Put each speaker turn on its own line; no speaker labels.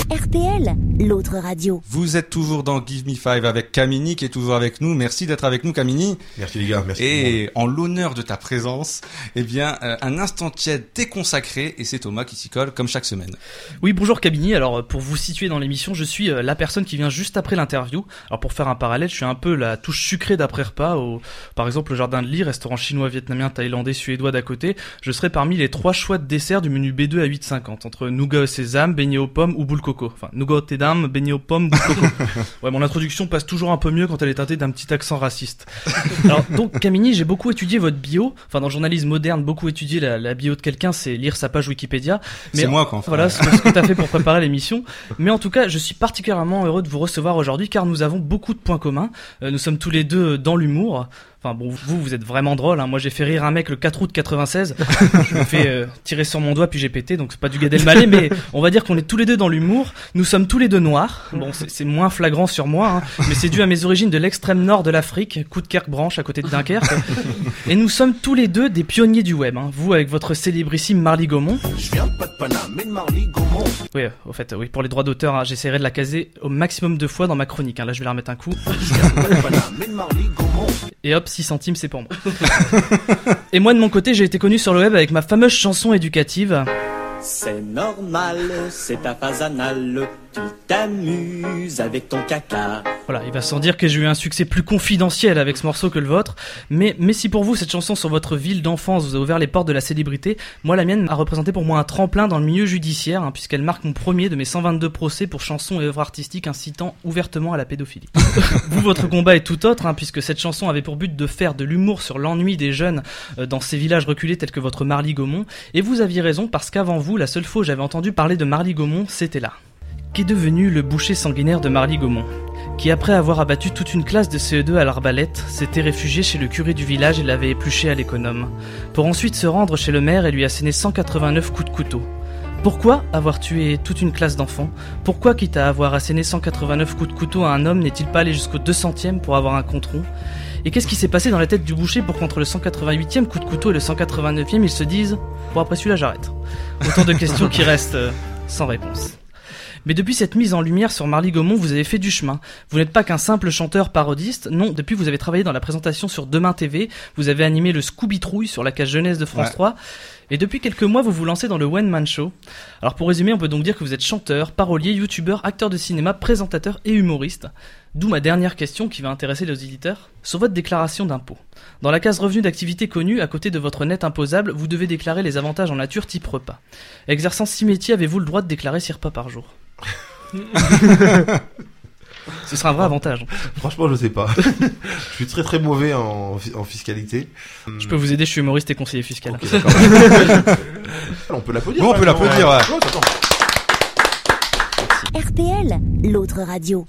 RPL, l'autre radio.
Vous êtes toujours dans Give Me Five avec Kamini qui est toujours avec nous. Merci d'être avec nous, Kamini.
Merci les gars, merci.
Et en l'honneur de ta présence, eh bien, un instant tiède t'est consacré et c'est Thomas qui s'y colle comme chaque semaine.
Oui, bonjour Kamini. Alors, pour vous situer dans l'émission, je suis la personne qui vient juste après l'interview. Alors, pour faire un parallèle, je suis un peu la touche sucrée d'après-repas par exemple, le Jardin de Lit, restaurant chinois, vietnamien, thaïlandais, suédois d'à côté. Je serai parmi les 3 choix de dessert du menu B2 à 8,50 entre nougat au sésame, beignet aux pommes ou boule coco. Enfin, nougat au thé d'âme, beignet aux pommes, boule coco. Ouais, mon introduction passe toujours un peu mieux quand elle est teintée d'un petit accent raciste. Alors, donc, Kamini, j'ai beaucoup étudié votre bio. Enfin, dans le journalisme moderne, beaucoup étudier la bio de quelqu'un, c'est lire sa page Wikipédia. Mais
c'est moi, quoi. Enfin.
Voilà, ce que t'as fait pour préparer l'émission. Mais en tout cas, je suis particulièrement heureux de vous recevoir aujourd'hui car nous avons beaucoup de points communs. Nous sommes tous les deux dans l'humour. Enfin bon, vous êtes vraiment drôle, hein. Moi j'ai fait rire un mec le 4 août 96. Je me fais tirer sur mon doigt puis j'ai pété, donc c'est pas du Gad Elmaleh, mais on va dire qu'on est tous les deux dans l'humour. Nous sommes tous les deux noirs. Bon, c'est moins flagrant sur moi, hein, mais c'est dû à mes origines de l'extrême nord de l'Afrique, Coudekerque-Branche à côté de Dunkerque. Et nous sommes tous les deux des pionniers du web, hein. Vous avec votre célébrissime Marly Gaumont.
Je viens pas de Paname, mais de Marly Gaumont.
Oui, au fait, oui, pour les droits d'auteur, hein, j'essaierai de la caser au maximum de fois dans ma chronique, hein. Là je vais la remettre un coup.
Je viens pas de Paname, mais de Marly Gaumont.
Et hop, 6 centimes, c'est pour moi. Et moi, de mon côté, j'ai été connu sur le web avec ma fameuse chanson éducative.
C'est normal, c'est ta phase anale, tu t'amuses avec ton caca.
Voilà, il va sans dire que j'ai eu un succès plus confidentiel avec ce morceau que le vôtre. Mais si pour vous, cette chanson sur votre ville d'enfance vous a ouvert les portes de la célébrité, moi, la mienne a représenté pour moi un tremplin dans le milieu judiciaire, hein, puisqu'elle marque mon premier de mes 122 procès pour chansons et œuvres artistiques incitant ouvertement à la pédophilie. Vous, votre combat est tout autre, hein, puisque cette chanson avait pour but de faire de l'humour sur l'ennui des jeunes dans ces villages reculés tels que votre Marly Gaumont. Et vous aviez raison, parce qu'avant vous, la seule fois où j'avais entendu parler de Marly Gaumont, c'était là. Qu'est devenu le boucher sanguinaire de Marly Gaumont, qui après avoir abattu toute une classe de CE2 à l'arbalète, s'était réfugié chez le curé du village et l'avait épluché à l'économe, pour ensuite se rendre chez le maire et lui asséner 189 coups de couteau. Pourquoi avoir tué toute une classe d'enfants ? Pourquoi, quitte à avoir asséné 189 coups de couteau à un homme, n'est-il pas allé jusqu'au 200e pour avoir un compte rond ? Et qu'est-ce qui s'est passé dans la tête du boucher pour qu'entre le 188e coup de couteau et le 189e, ils se disent « Bon, après celui-là, j'arrête ». Autant de questions qui restent sans réponse. Mais depuis cette mise en lumière sur Marly Gaumont, vous avez fait du chemin. Vous n'êtes pas qu'un simple chanteur parodiste. Non, depuis vous avez travaillé dans la présentation sur Demain TV. Vous avez animé le Scooby-Trouille sur la case jeunesse de France 3. Et depuis quelques mois, vous vous lancez dans le One Man Show. Alors pour résumer, on peut donc dire que vous êtes chanteur, parolier, youtubeur, acteur de cinéma, présentateur et humoriste. D'où ma dernière question qui va intéresser les auditeurs. Sur votre déclaration d'impôt. Dans la case revenus d'activité connue, à côté de votre net imposable, vous devez déclarer les avantages en nature type repas. Exerçant 6 métiers, avez-vous le droit de déclarer 6 repas par jour ? Ce sera un vrai avantage.
Franchement, je sais pas. Je suis très très mauvais en fiscalité.
Je peux vous aider, je suis humoriste et conseiller fiscal.
Okay, d'accord. On peut l'applaudir.
Bon, on peut l'applaudir, ouais.
Attends.
RPL, l'autre radio.